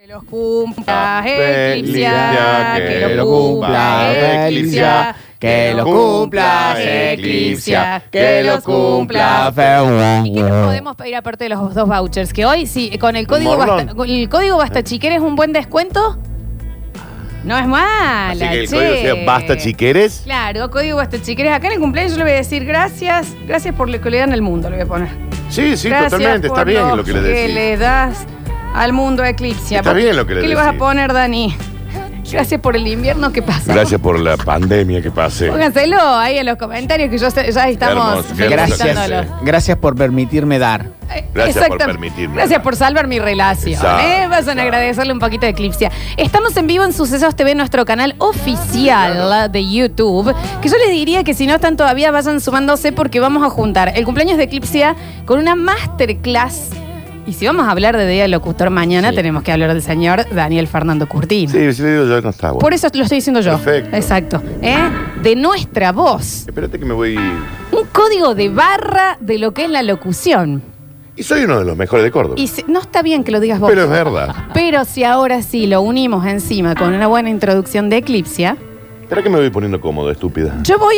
Que los cumpla Eclipsia, que lo cumpla Eclipsia, que lo cumpla Eclipsia, que lo cumpla ¿Y qué nos podemos pedir aparte de los dos vouchers? Que hoy, sí, con el código Basta Chiqueres, un buen descuento. No es mala, Así que el código sea Basta Chiqueres. Claro, código Basta Chiqueres. Acá en el cumpleaños yo le voy a decir gracias por lo que le dan al mundo, le voy a poner. Sí, Gracias totalmente, está bien lo que le que decís. le das al mundo Eclipsia. Está bien lo que le ¿Qué decís. le vas a poner, Dani? Gracias por el invierno que pasa. Gracias por la pandemia que pasé. Pónganselo ahí en los comentarios que ya estamos Qué hermoso. Gracias por permitirme dar. Gracias por permitirme. Gracias por salvar mi relación. Vas a agradecerle un poquito de Eclipsia. Estamos en vivo en Sucesos TV, nuestro canal oficial de YouTube. Que yo les diría que si no están todavía, vayan sumándose porque vamos a juntar el cumpleaños de Eclipsia con una masterclass. Y si vamos a hablar de Día del Locutor mañana, tenemos que hablar del señor Daniel Fernando Curtino. Sí, si le digo yo, no está bueno. Por eso lo estoy diciendo yo. Perfecto. Exacto. De nuestra voz. Espérate que me voy. Un código de barra de lo que es la locución. Y soy uno de los mejores de Córdoba. Y no está bien que lo digas vos. Pero es verdad. Pero si ahora sí lo unimos encima con una buena introducción de Eclipsia, Espera que me voy poniendo cómodo, estúpida. yo voy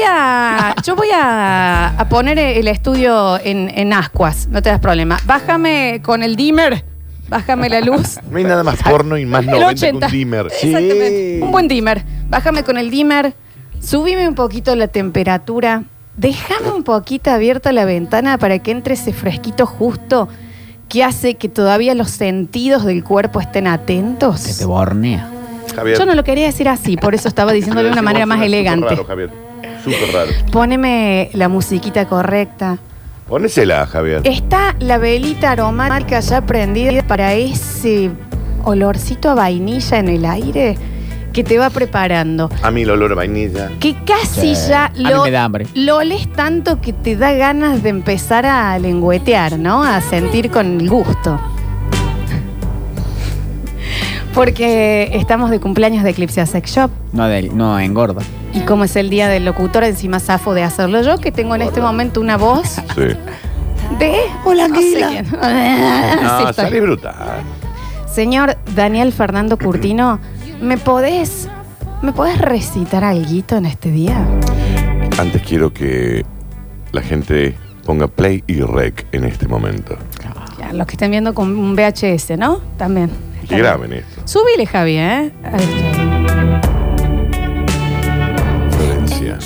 a poner el estudio en ascuas, no te das problema. Bájame con el dimmer, bájame la luz. No hay nada más porno y más El 90 que 80. un dimmer. Exactamente. Un buen dimmer. Bájame con el dimmer, subime un poquito la temperatura, déjame un poquito abierta la ventana para que entre ese fresquito justo que hace que todavía los sentidos del cuerpo estén atentos. Que te bornea. Javier. Yo no lo quería decir así, por eso estaba diciéndolo de una manera más elegante. Súper raro, Javier. Súper raro. Póneme la musiquita correcta. Pónesela, Javier. Está la velita aromática ya prendida para ese olorcito a vainilla en el aire que te va preparando. A mí el olor a vainilla. Que casi ya A mí me da hambre. lo olés tanto que te da ganas de empezar a lengüetear, ¿no? A sentir con el gusto. Porque estamos de cumpleaños de Eclipsia Sex Shop. No engorda. Y como es el día del locutor, encima zafo de hacerlo yo, que tengo en este momento una voz Sí. de... Hola, no sé quién. Sí, No, estoy. salí brutal. Señor Daniel Fernando Curtino, ¿me podés recitar alguito en este día? Antes quiero que la gente ponga play y rec en este momento. Ya, los que estén viendo con un VHS, ¿no? También. Que graben esto. Subile, Javi, ¿eh? Ahí está. Florencia.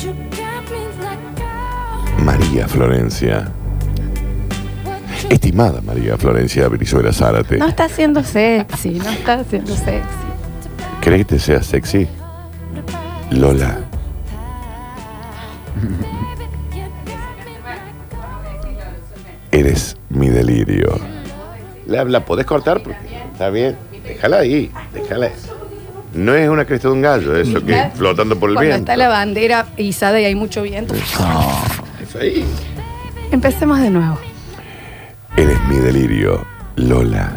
María Florencia. Estimada María Florencia Brizuela Zárate. No está haciendo sexy, no está haciendo sexy. ¿Crees que te sea sexy? Lola. Eres mi delirio. La podés cortar porque está bien. Déjala ahí, déjala ahí. No es una cresta de un gallo, eso que flotando por el Cuando viento. está la bandera izada y hay mucho viento. Eso ahí. Empecemos de nuevo. Eres mi delirio, Lola.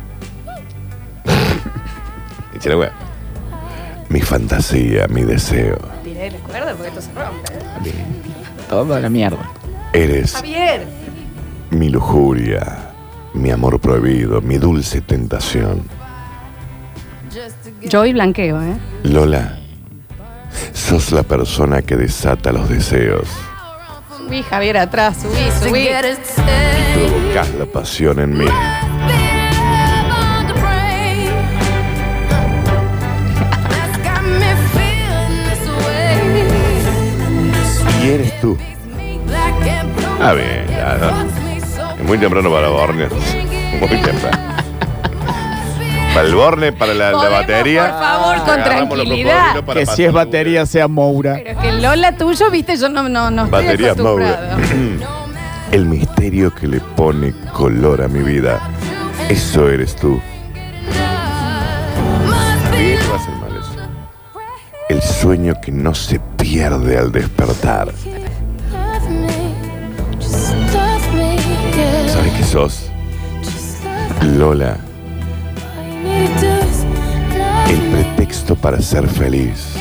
Échale, güey. Mi fantasía, mi deseo. Tiré la cuerda porque esto se rompe. Toda la mierda. Eres Javier. mi lujuria, mi amor prohibido, mi dulce tentación. Yo hoy blanqueo, ¿eh? Lola, sos la persona que desata los deseos Subí, Javier, atrás, subí. y provocas la pasión en mí. Y eres tú. Ah, bien, ya, no. Es muy temprano para Borne. Muy temprano. Para el Borne, para la Podemos, batería. por favor, con Agarramos los tranquilidad. cocodrilos para Que pasar si es la batería sea Moura. Pero que el Lola tuyo, viste, yo no estoy Batería acostumbrado. El misterio que le pone color a mi vida. Eso eres tú. Bien, no va a ser mal eso. El sueño que no se pierde al despertar. ¿Sabes qué sos? Lola. El pretexto para ser feliz.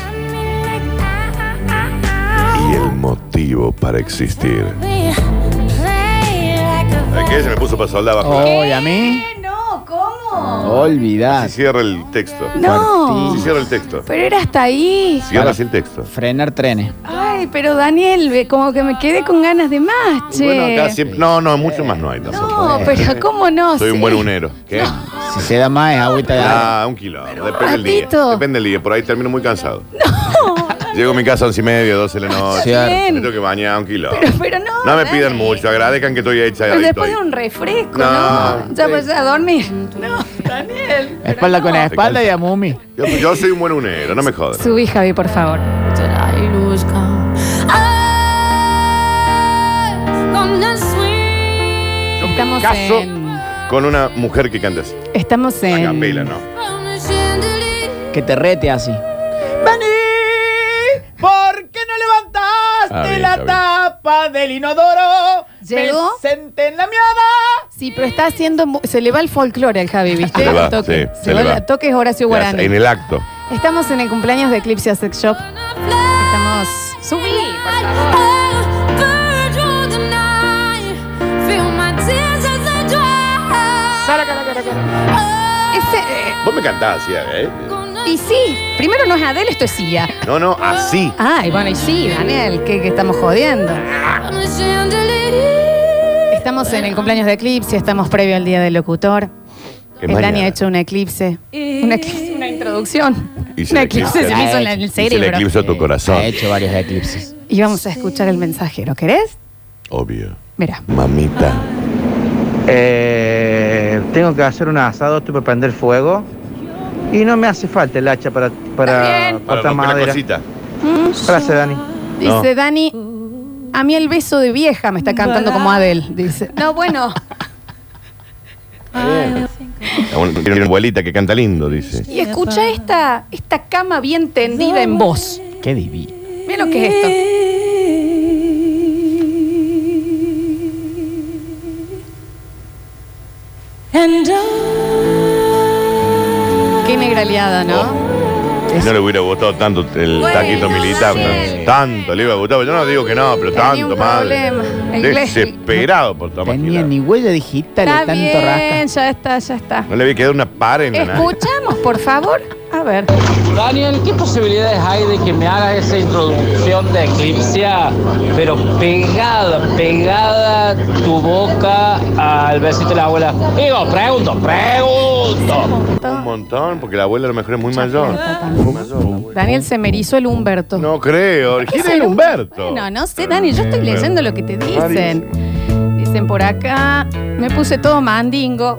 Y el motivo para existir. ¿Sabes qué? Se me puso para soldar bajo la... ¿Y a mí? No, ¿cómo? Olvidar. Así cierra el texto. No. Así cierra el texto. Pero era hasta ahí. Cierra así el texto. Frenar trenes. Ay, pero Daniel, como que me quedé con ganas de más, che. Bueno, acá siempre. No, mucho más no hay tampoco. No, pero ¿cómo no? Soy un Sí. buen unero. ¿Qué? Si se da más, es agüita de agua. 1 kilo. Depende del día. ratito. Depende del día. Por ahí termino muy cansado. Llego a mi casa a 11:30, 12 de la noche. Cierto. Me Bien. tengo que bañar 1 kilo. Pero no. No me Dani. pidan mucho. Agradezcan que estoy hecha. Pero ahí después estoy. de un refresco, No, ¿no? Ya sí. vas a dormir. No, Daniel. pero Espalda no. con espalda y a Mumi. Yo soy un buen unero, no me jodas. Subí, Javi, por favor. Estamos Caso en. con una mujer que canta así. Estamos A en. capela, ¿no? Que te rete así. ¡Vení! ¿Por qué no levantaste Está bien, la está tapa del inodoro? ¿Llegó? Presente en la miada. Sí, pero está haciendo. Se le va el folclore al Javi, ¿viste? Se le va, El toque. sí, se le va. El toque es Horacio Guarani. En el acto. Estamos en el cumpleaños de Eclipse Sex Shop. Estamos. Subí, por favor. Ese, Vos me cantás así, ¿eh? y sí, primero no es Adele, esto es Sia. No, así. Ay, bueno, y sí, Daniel, que estamos jodiendo. Estamos en el cumpleaños de Eclipse, estamos previo al día del locutor. Que El Dani mañana. ha hecho una eclipse, una introducción. Hice Una el eclipse eclipse. se me hizo en el Hice el cerebro. eclipse a tu corazón. Ha hecho varios eclipses. Y vamos a escuchar el mensajero, ¿querés? Obvio. Mira. Mamita. Tengo que hacer un asado, estoy para prender fuego y no me hace falta el hacha para bien. Para cortar romper la madera. cosita. Gracias, Dani. Dice No. Dani, a mí el beso de vieja me está cantando como Adele. Dice, no, bueno. Tiene una abuelita que canta lindo, dice. Y escucha esta cama bien tendida en voz. Qué divino. Mira lo que es esto. Qué negra liada, ¿no? No le hubiera gustado tanto el Bueno, taquito militar. sí. ¿no? Tanto le iba a gustar. Yo no digo que no, pero Tenía tanto, un madre. problema. El Desesperado por tomar Tenía gilada. ni huella digital Está de tanto bien, rasca. ya está. No le había quedado una pared en la nariz. Escuchamos, por favor. A ver. Daniel, ¿qué posibilidades hay de que me hagas esa introducción de Eclipsia, pero pegada tu boca al besito de la abuela? Digo, pregunto. Un montón, porque la abuela a lo mejor es muy mayor. Muy mayor, la abuela. Daniel se me erizó el Humberto. No creo. ¿Qué ¿Quién es es el el Humberto? Bueno, no sé, Dani, yo estoy leyendo lo que te dicen. Dicen por acá, me puse todo mandingo.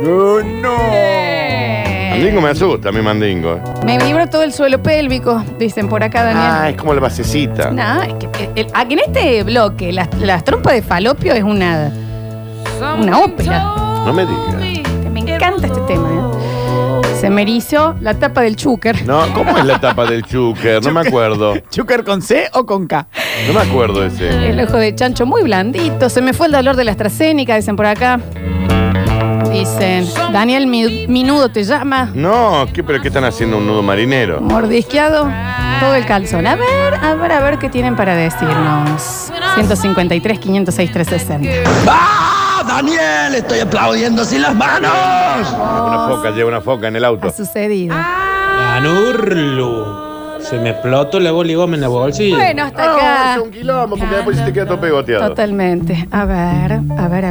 Mandingo me asusta, mi mandingo. Me vibró todo el suelo pélvico, dicen por acá, Daniel. Ah, es como la basecita. No, es que en este bloque las trompas de falopio es una ópera. No me digas. Me encanta este tema. Se me erizó la tapa del chúquer. No, ¿cómo es la tapa del chúquer? No me acuerdo. ¿Chúcar con C o con K? No me acuerdo ese. El ojo de chancho muy blandito. Se me fue el dolor de la AstraZeneca, dicen por acá. Dicen, Daniel, mi nudo te llama. No, ¿pero qué están haciendo? ¿Un nudo marinero? Mordisqueado todo el calzón. A ver qué tienen para decirnos. 153, 506, 360. ¡Ah, Daniel! Estoy aplaudiendo sin las manos. Lleva una foca en el auto. Ha sucedido. Danurlu. Se me explotó la boligoma en la bolsilla. Bueno, hasta No, acá. es un quilombo, porque después se te queda todo pegoteado. Totalmente. A ver.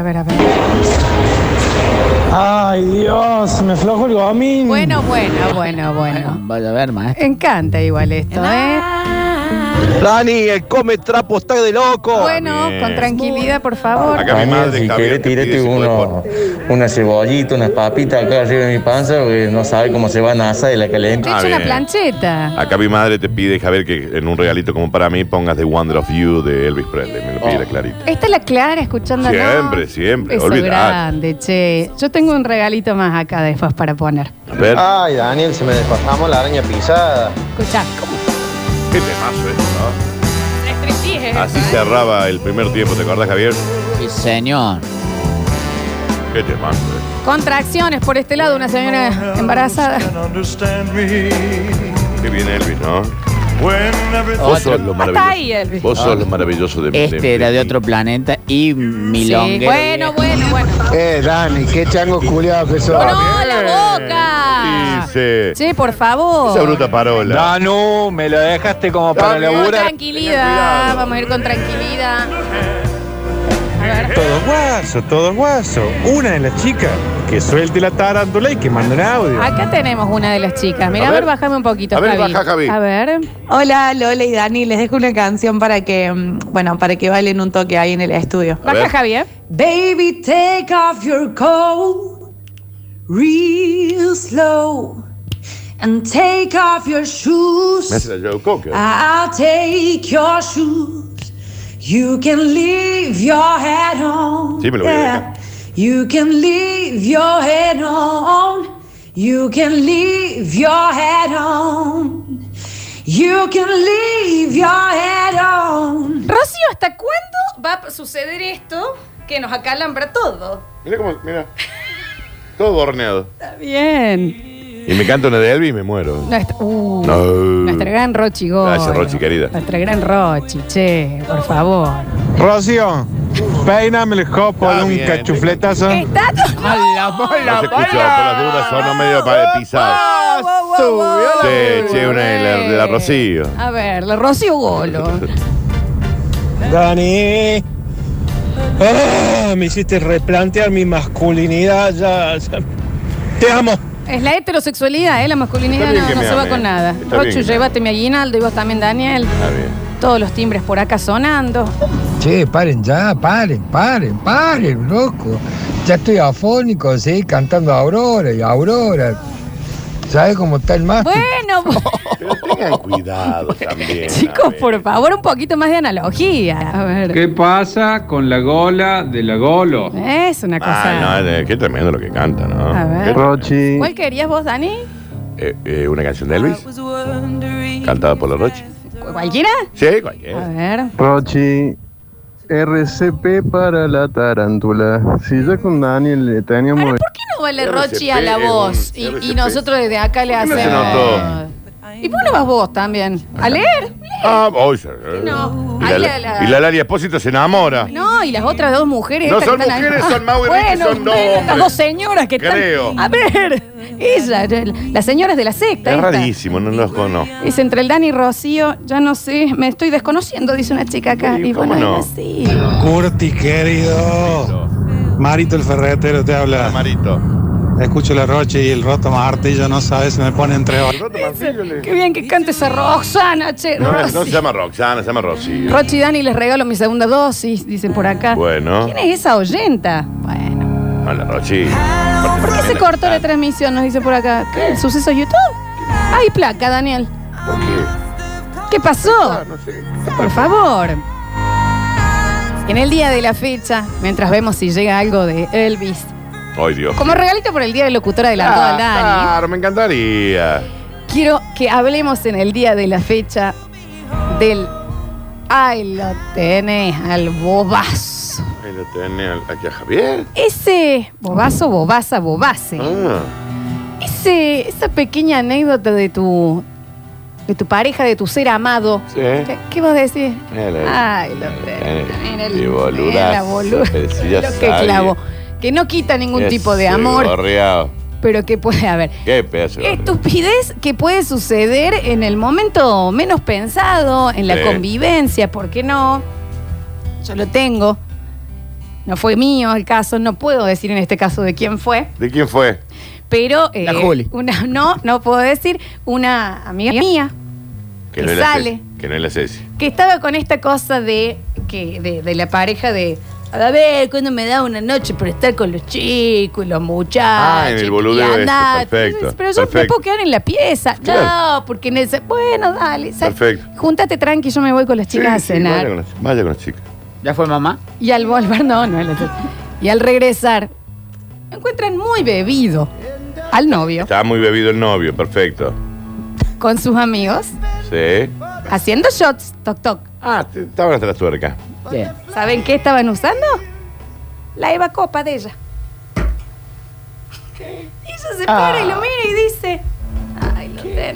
Ay, Dios, me flojo el gomín. Bueno. Vaya a ver, maestro. Encanta igual esto, ¿eh? Dani, el come trapo está de loco. Bueno, bien. con tranquilidad, por favor. Acá mi madre, si Javier, querés, te pide tirate si puede una cebollita, unas papitas acá arriba de mi panza, porque no sabe cómo se va a asar de la Te caliente. he hecho una bien. plancheta. Acá mi madre te pide, Javier, que en un regalito como para mí pongas The Wonder of You de Elvis Presley. Me lo pide clarito. Esta es la Clara escuchando. Siempre. Eso Olvidate. grande, che. Yo tengo un regalito más acá después para poner. A ver, Ay, Daniel, se me desparramó la araña pisada. Escuchá. qué temazo esto, ¿no? Así cerraba el primer tiempo, ¿te acordás, Javier? Sí, señor. Qué temazo, Contracciones por este lado, una señora embarazada. Qué bien Elvis, ¿no? Vos sos lo Hasta maravilloso. ahí, Elvis. Vos sos lo maravilloso de Este era de otro planeta y Sí, milonguero. bueno. Dani, qué chango culiado que sos. ¡No, la boca! Dice. Sí, por favor. Esa bruta parola. Danu, me lo dejaste como para Dani, Con laburar. tranquilidad, vamos a ir con tranquilidad. A ver. Todo guaso. Una de las chicas que suelte la tarántula y que mande un audio. Acá tenemos una de las chicas. Mira, a ver, bájame un poquito, A ver, Javi. baja, Javi. A ver. Hola Lola y Dani, les dejo una canción para que, para que bailen un toque ahí en el estudio. A ver. Baja, Javi, ¿eh? Baby, take off your coat real slow and take off your shoes. Me hace la Joe Cocker. I'll take your shoes. You can leave your head on. Sí, me lo voy a dejar. You can leave your head on. You can leave your head on. You can leave your head on. Rocío, ¿hasta cuándo va a suceder esto que nos acalambra todo? Mira. Todo borneado. Está bien. Y me canta una de Elvis y me muero. Nuestra gran Rochi Gol. Gracias, Rochi, querida. Nuestra gran Rochi, che, por favor. Rocío, peíname el jopo de un bien. cachufletazo. Está No se escuchó, por las dudas sonó medio pisado. Che, una de la Rocío. A ver, la Rocío Golo. Dani, me hiciste replantear mi masculinidad. Ya. Te amo. Es la heterosexualidad, ¿eh? La masculinidad Está bien no, que no me se va ame. con nada. Está bien Rochu, que me llévate mi aguinaldo y vos también, Daniel. Está bien. Todos los timbres por acá sonando. Che, paren ya, paren, loco. Ya estoy afónico, sí, cantando Aurora y Aurora. ¿Sabes cómo está el máster? Bueno, Pero tengan cuidado también. chicos, a ver. por favor, un poquito más de analogía. A ver. ¿Qué pasa con la gola de la golo? Es una cosa. Ah, no, qué tremendo lo que canta, ¿no? A ver. Qué- Rochi. ¿Cuál querías vos, Dani? una canción de Elvis. Cantada por la Rochi. ¿Cualquiera? Sí, A cualquiera. ver. Rochi. RCP para la tarántula. Si ya con Daniel le teníamos. ¿Por qué no va la RCP Rochi a la es un voz? Y RCP. nosotros desde acá le ¿Por qué no hacemos. se notó? ¿Y por qué no vas vos también? ¿A leer? No. Y Ahí la Lali Espósito se enamora. No, y las otras dos mujeres. No estas son que están ahí. mujeres, son Mau y Ricky, Bueno, son dos estas hombres. dos señoras que Creo. están. A ver, las señoras de la secta. Es esta. rarísimo, no los conozco. Dice, entre el Dani y Rocío, ya no sé, me estoy desconociendo, dice una chica acá. Sí, Y ¿cómo bueno, no? así. Curti, querido. Marito el ferretero te habla. Marito. Escucho la Roche y el Roto Martillo, no sabes, se me pone entre ojos. Qué bien que cante esa Roxana, che. No, Rosy. no se llama Roxana, se llama Rocío. Rochi y Dani les regalo mi segunda dosis, dicen por acá. Bueno. ¿Quién es esa oyenta? Bueno. Hola, Rochi. ¿Por qué se cortó la transmisión? Nos dice por acá. ¿Qué? ¿El suceso YouTube? Hay placa, Daniel. ¿Por qué? ¿Qué pasó? Ah, no sé. Por favor. En el día de la fecha, mientras vemos si llega algo de Elvis, Ay, Dios. como regalito por el día de locutora adelantado al Dani, Claro, me encantaría. quiero que hablemos en el día de la fecha del Ahí lo tenés al bobazo. Ahí lo tenés aquí a Javier. Ese bobazo, bobaza, bobace. Ah. Esa pequeña anécdota de tu pareja, de tu ser amado. Sí. ¿Qué vas a decir? Mira, Ay, lo tenés. Mira y boludazo, la boluda. pero si ya Lo que sabía. clavo. Que no quita ningún tipo de amor, Gorreado. pero que puede haber. Qué pedazo de gorreado. Estupidez que puede suceder en el momento menos pensado, en la Sí. convivencia, ¿por qué no? Yo lo tengo. No fue mío el caso, no puedo decir en este caso de quién fue, ¿De quién fue? pero La Juli. no puedo decir, una amiga mía Que Que no es la sale. Ceci. Que no es la Ceci. que estaba con esta cosa de la pareja de a ver, cuando me da una noche por estar con los chicos y los muchachos. Ah, en el boludeo y andá. este, perfecto, Pero yo me perfecto. puedo quedar en la pieza. Claro. No, porque en ese. Bueno, dale. Perfecto. Júntate tranqui, yo me voy con las chicas Sí, a sí, cenar. vaya con las chicas. ¿Ya fue mamá? Y al volver, no. Y al regresar, encuentran muy bebido al novio Estaba muy bebido el novio, perfecto. con sus amigos, Sí. haciendo shots, toc toc. Ah, estaban hasta las tuercas. Bien. ¿Saben qué estaban usando? La Eva Copa de ella. Y ella se para y lo mira y dice, ay, lo tenés. ¿Y sabes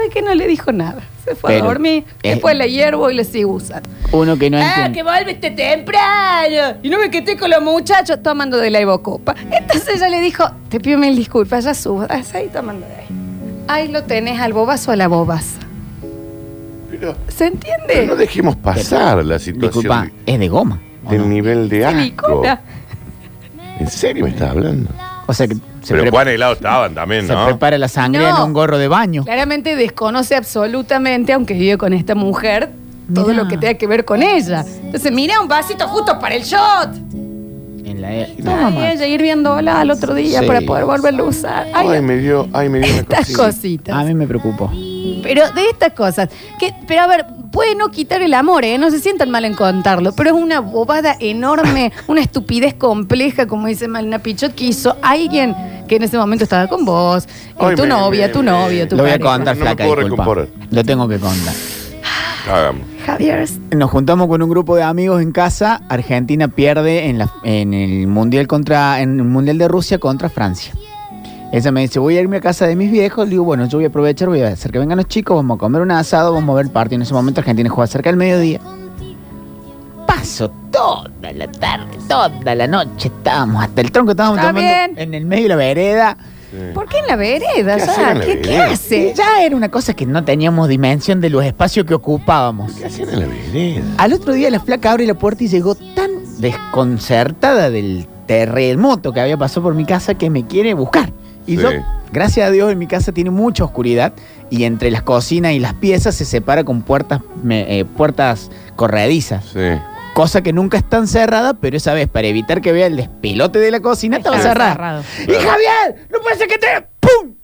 ¿sabe qué? No le dijo nada. Se fue a dormir. Después la hiervo y la sigue usando. Uno que no entiende. Que volviste temprano. Y no me quedé con los muchachos tomando de la Ibocopa. Entonces ella le dijo, te pido mil disculpas, ya subas ahí tomando de ahí. Ahí lo tenés al bobazo a la bobaza. Pero, ¿se entiende? Pero no dejemos pasar la situación. Disculpa, es de goma. Del nivel de asco. Silicona. ¿En serio me estás hablando? O sea que pero cuán helados estaban también, ¿no? Se prepara la sangre en un gorro de baño. Claramente desconoce absolutamente, aunque vive con esta mujer, todo lo que tenga que ver con ella. Entonces, mira, un vasito justo para el shot. En la ella hirviéndola al otro día para poder volverlo a usar. Ay, me dio estas cositas. A mí me preocupó. Pero de estas cosas, pero a ver, puede no quitar el amor, no se sientan mal en contarlo, pero es una bobada enorme, una estupidez compleja, como dice Malena Pichot, que hizo alguien que en ese momento estaba con vos, tu novia, tu novio, tu Lo voy a pareja. contar, flaca, disculpa. Lo tengo que contar. Javier. Nos juntamos con un grupo de amigos en casa. Argentina pierde en el mundial de Rusia contra Francia. Ella me dice, voy a irme a casa de mis viejos. Le digo, bueno, yo voy a aprovechar, voy a hacer que vengan los chicos, vamos a comer un asado, vamos a ver el partido. En ese momento Argentina juega cerca del mediodía. Paso toda la tarde, toda la noche, estábamos hasta el tronco, estábamos tomando en el medio de la vereda. ¿Por qué en la vereda? ¿Qué hace? Ya era una cosa que no teníamos dimensión de los espacios que ocupábamos. ¿Qué hacían en la vereda? Al otro día la flaca abre la puerta y llegó tan desconcertada del terremoto que había pasado por mi casa que me quiere buscar. Y yo, gracias a Dios, en mi casa tiene mucha oscuridad y entre las cocinas y las piezas se separa con puertas corredizas. Sí. Cosa que nunca están cerradas, pero esa vez, para evitar que vea el despelote de la cocina, estaba cerrada. ¡Y Javier! ¡No puede ser que te... ¡Pum!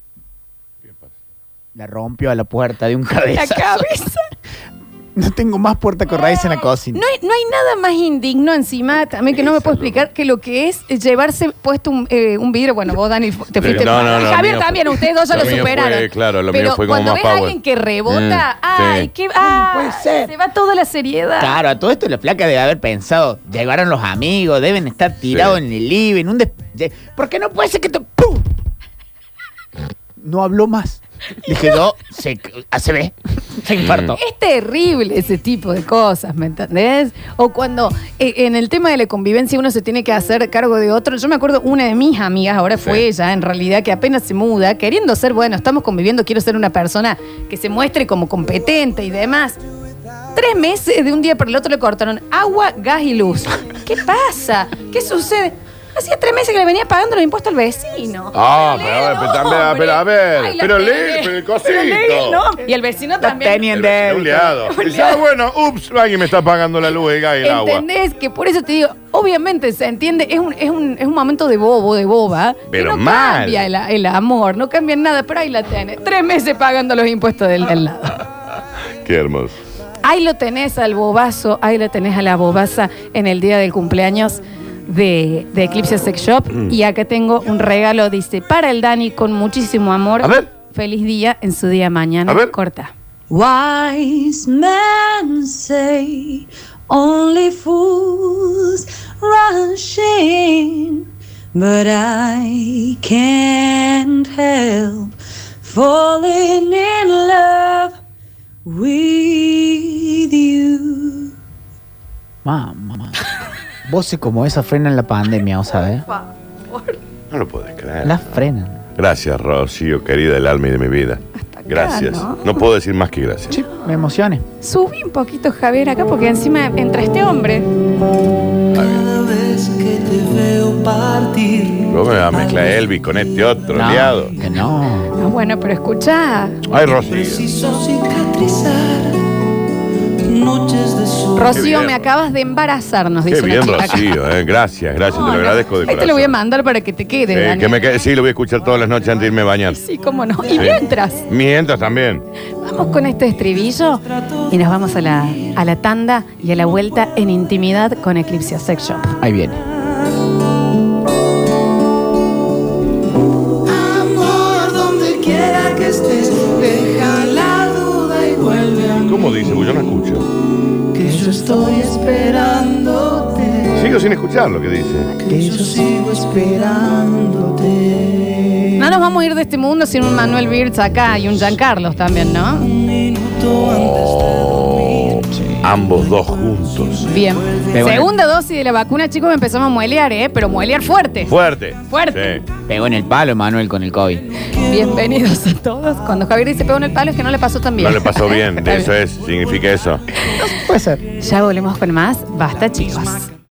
La rompió a la puerta de un cabezazo. La cabeza. No tengo más puerta corrediza en la cocina. No hay nada más indigno encima, también que no me puedo explicar, que lo que es llevarse puesto un vidrio. Bueno, vos, Dani, te fuiste. No, Javier también, ustedes dos ya lo superaron. Claro, lo pero mío fue como más power. Cuando ves a alguien que rebota, puede ser. Se va toda la seriedad. Claro, a todo esto la flaca debe haber pensado, llegaron los amigos, deben estar tirados en el living, ¿por qué no puede ser que te... ¡Pum! No habló más. Dije yo, se infartó. Es terrible ese tipo de cosas, ¿me entendés? O cuando en el tema de la convivencia uno se tiene que hacer cargo de otro. Yo me acuerdo, una de mis amigas, ahora fue ella, en realidad, que apenas se muda, queriendo ser, bueno, estamos conviviendo, quiero ser una persona que se muestre como competente y demás. 3 meses, de un día para el otro le cortaron agua, gas y luz. ¿Qué pasa? ¿Qué sucede? Hacía 3 meses que le venía pagando los impuestos al vecino. Pero el cosito. Y el vecino también. Un liado. Bueno, alguien me está pagando la luz, el gas y el agua. ¿Entendés? Que por eso te digo, obviamente se entiende, es un momento de boba. Pero no cambia el amor, no cambia nada, pero ahí la tenés. 3 meses pagando los impuestos del lado. Qué hermoso. Ahí lo tenés al bobazo, ahí lo tenés a la bobaza en el día del cumpleaños de Eclipse Sex Shop. Y acá tengo un regalo, dice, para el Dani, con muchísimo amor. A ver. Feliz día en su día mañana. A ver. Corta. Wise men say only fools rush in, but I can't help falling in love with you. Mamá. Voces como esa frenan la pandemia, ¿o sabes? No lo puedes creer. Las frenan. Gracias, Rocío, querida del alma y de mi vida. Gracias. No puedo decir más que gracias. Sí, me emocioné. Subí un poquito, Javier, acá, porque encima entra este hombre. Cada vez que te veo partir. Luego me va a mezclar Elvis con este otro liado. Que no. No, bueno, pero escucha. Ay, Rocío. Preciso cicatrizar noches de sol. Rocío, bien, me acabas de embarazar, nos dice. Qué bien, una chica Rocío. Gracias, te lo agradezco de Ahí te corazón. lo voy a mandar para que te quede, Dani. Sí, lo voy a escuchar todas las noches antes de irme a bañar. Sí, cómo no. Y mientras también. vamos con este estribillo y nos vamos a la tanda y a la vuelta en intimidad con Eclipse Sex Shop. Ahí viene. Amor, donde quiera que estés, deja la duda y vuelve a mí. ¿Cómo dice? Pues yo no escucho. Que yo estoy esperándote. Sigo sin escuchar lo que dice. Que yo sigo esperándote. No nos vamos a ir de este mundo sin un Manuel Birz acá y un Giancarlos también, ¿no? Ambos dos juntos. Bien. Segunda dosis de la vacuna, chicos, empezamos a muelear, pero muelear fuerte. Fuerte. Fuerte. Sí. Pegó en el palo, Manuel, con el COVID. Bienvenidos a todos. Cuando Javier dice pegó en el palo es que no le pasó tan bien. No le pasó bien, de eso es, significa eso. Puede ser. Ya volvemos con más. Basta, chicos.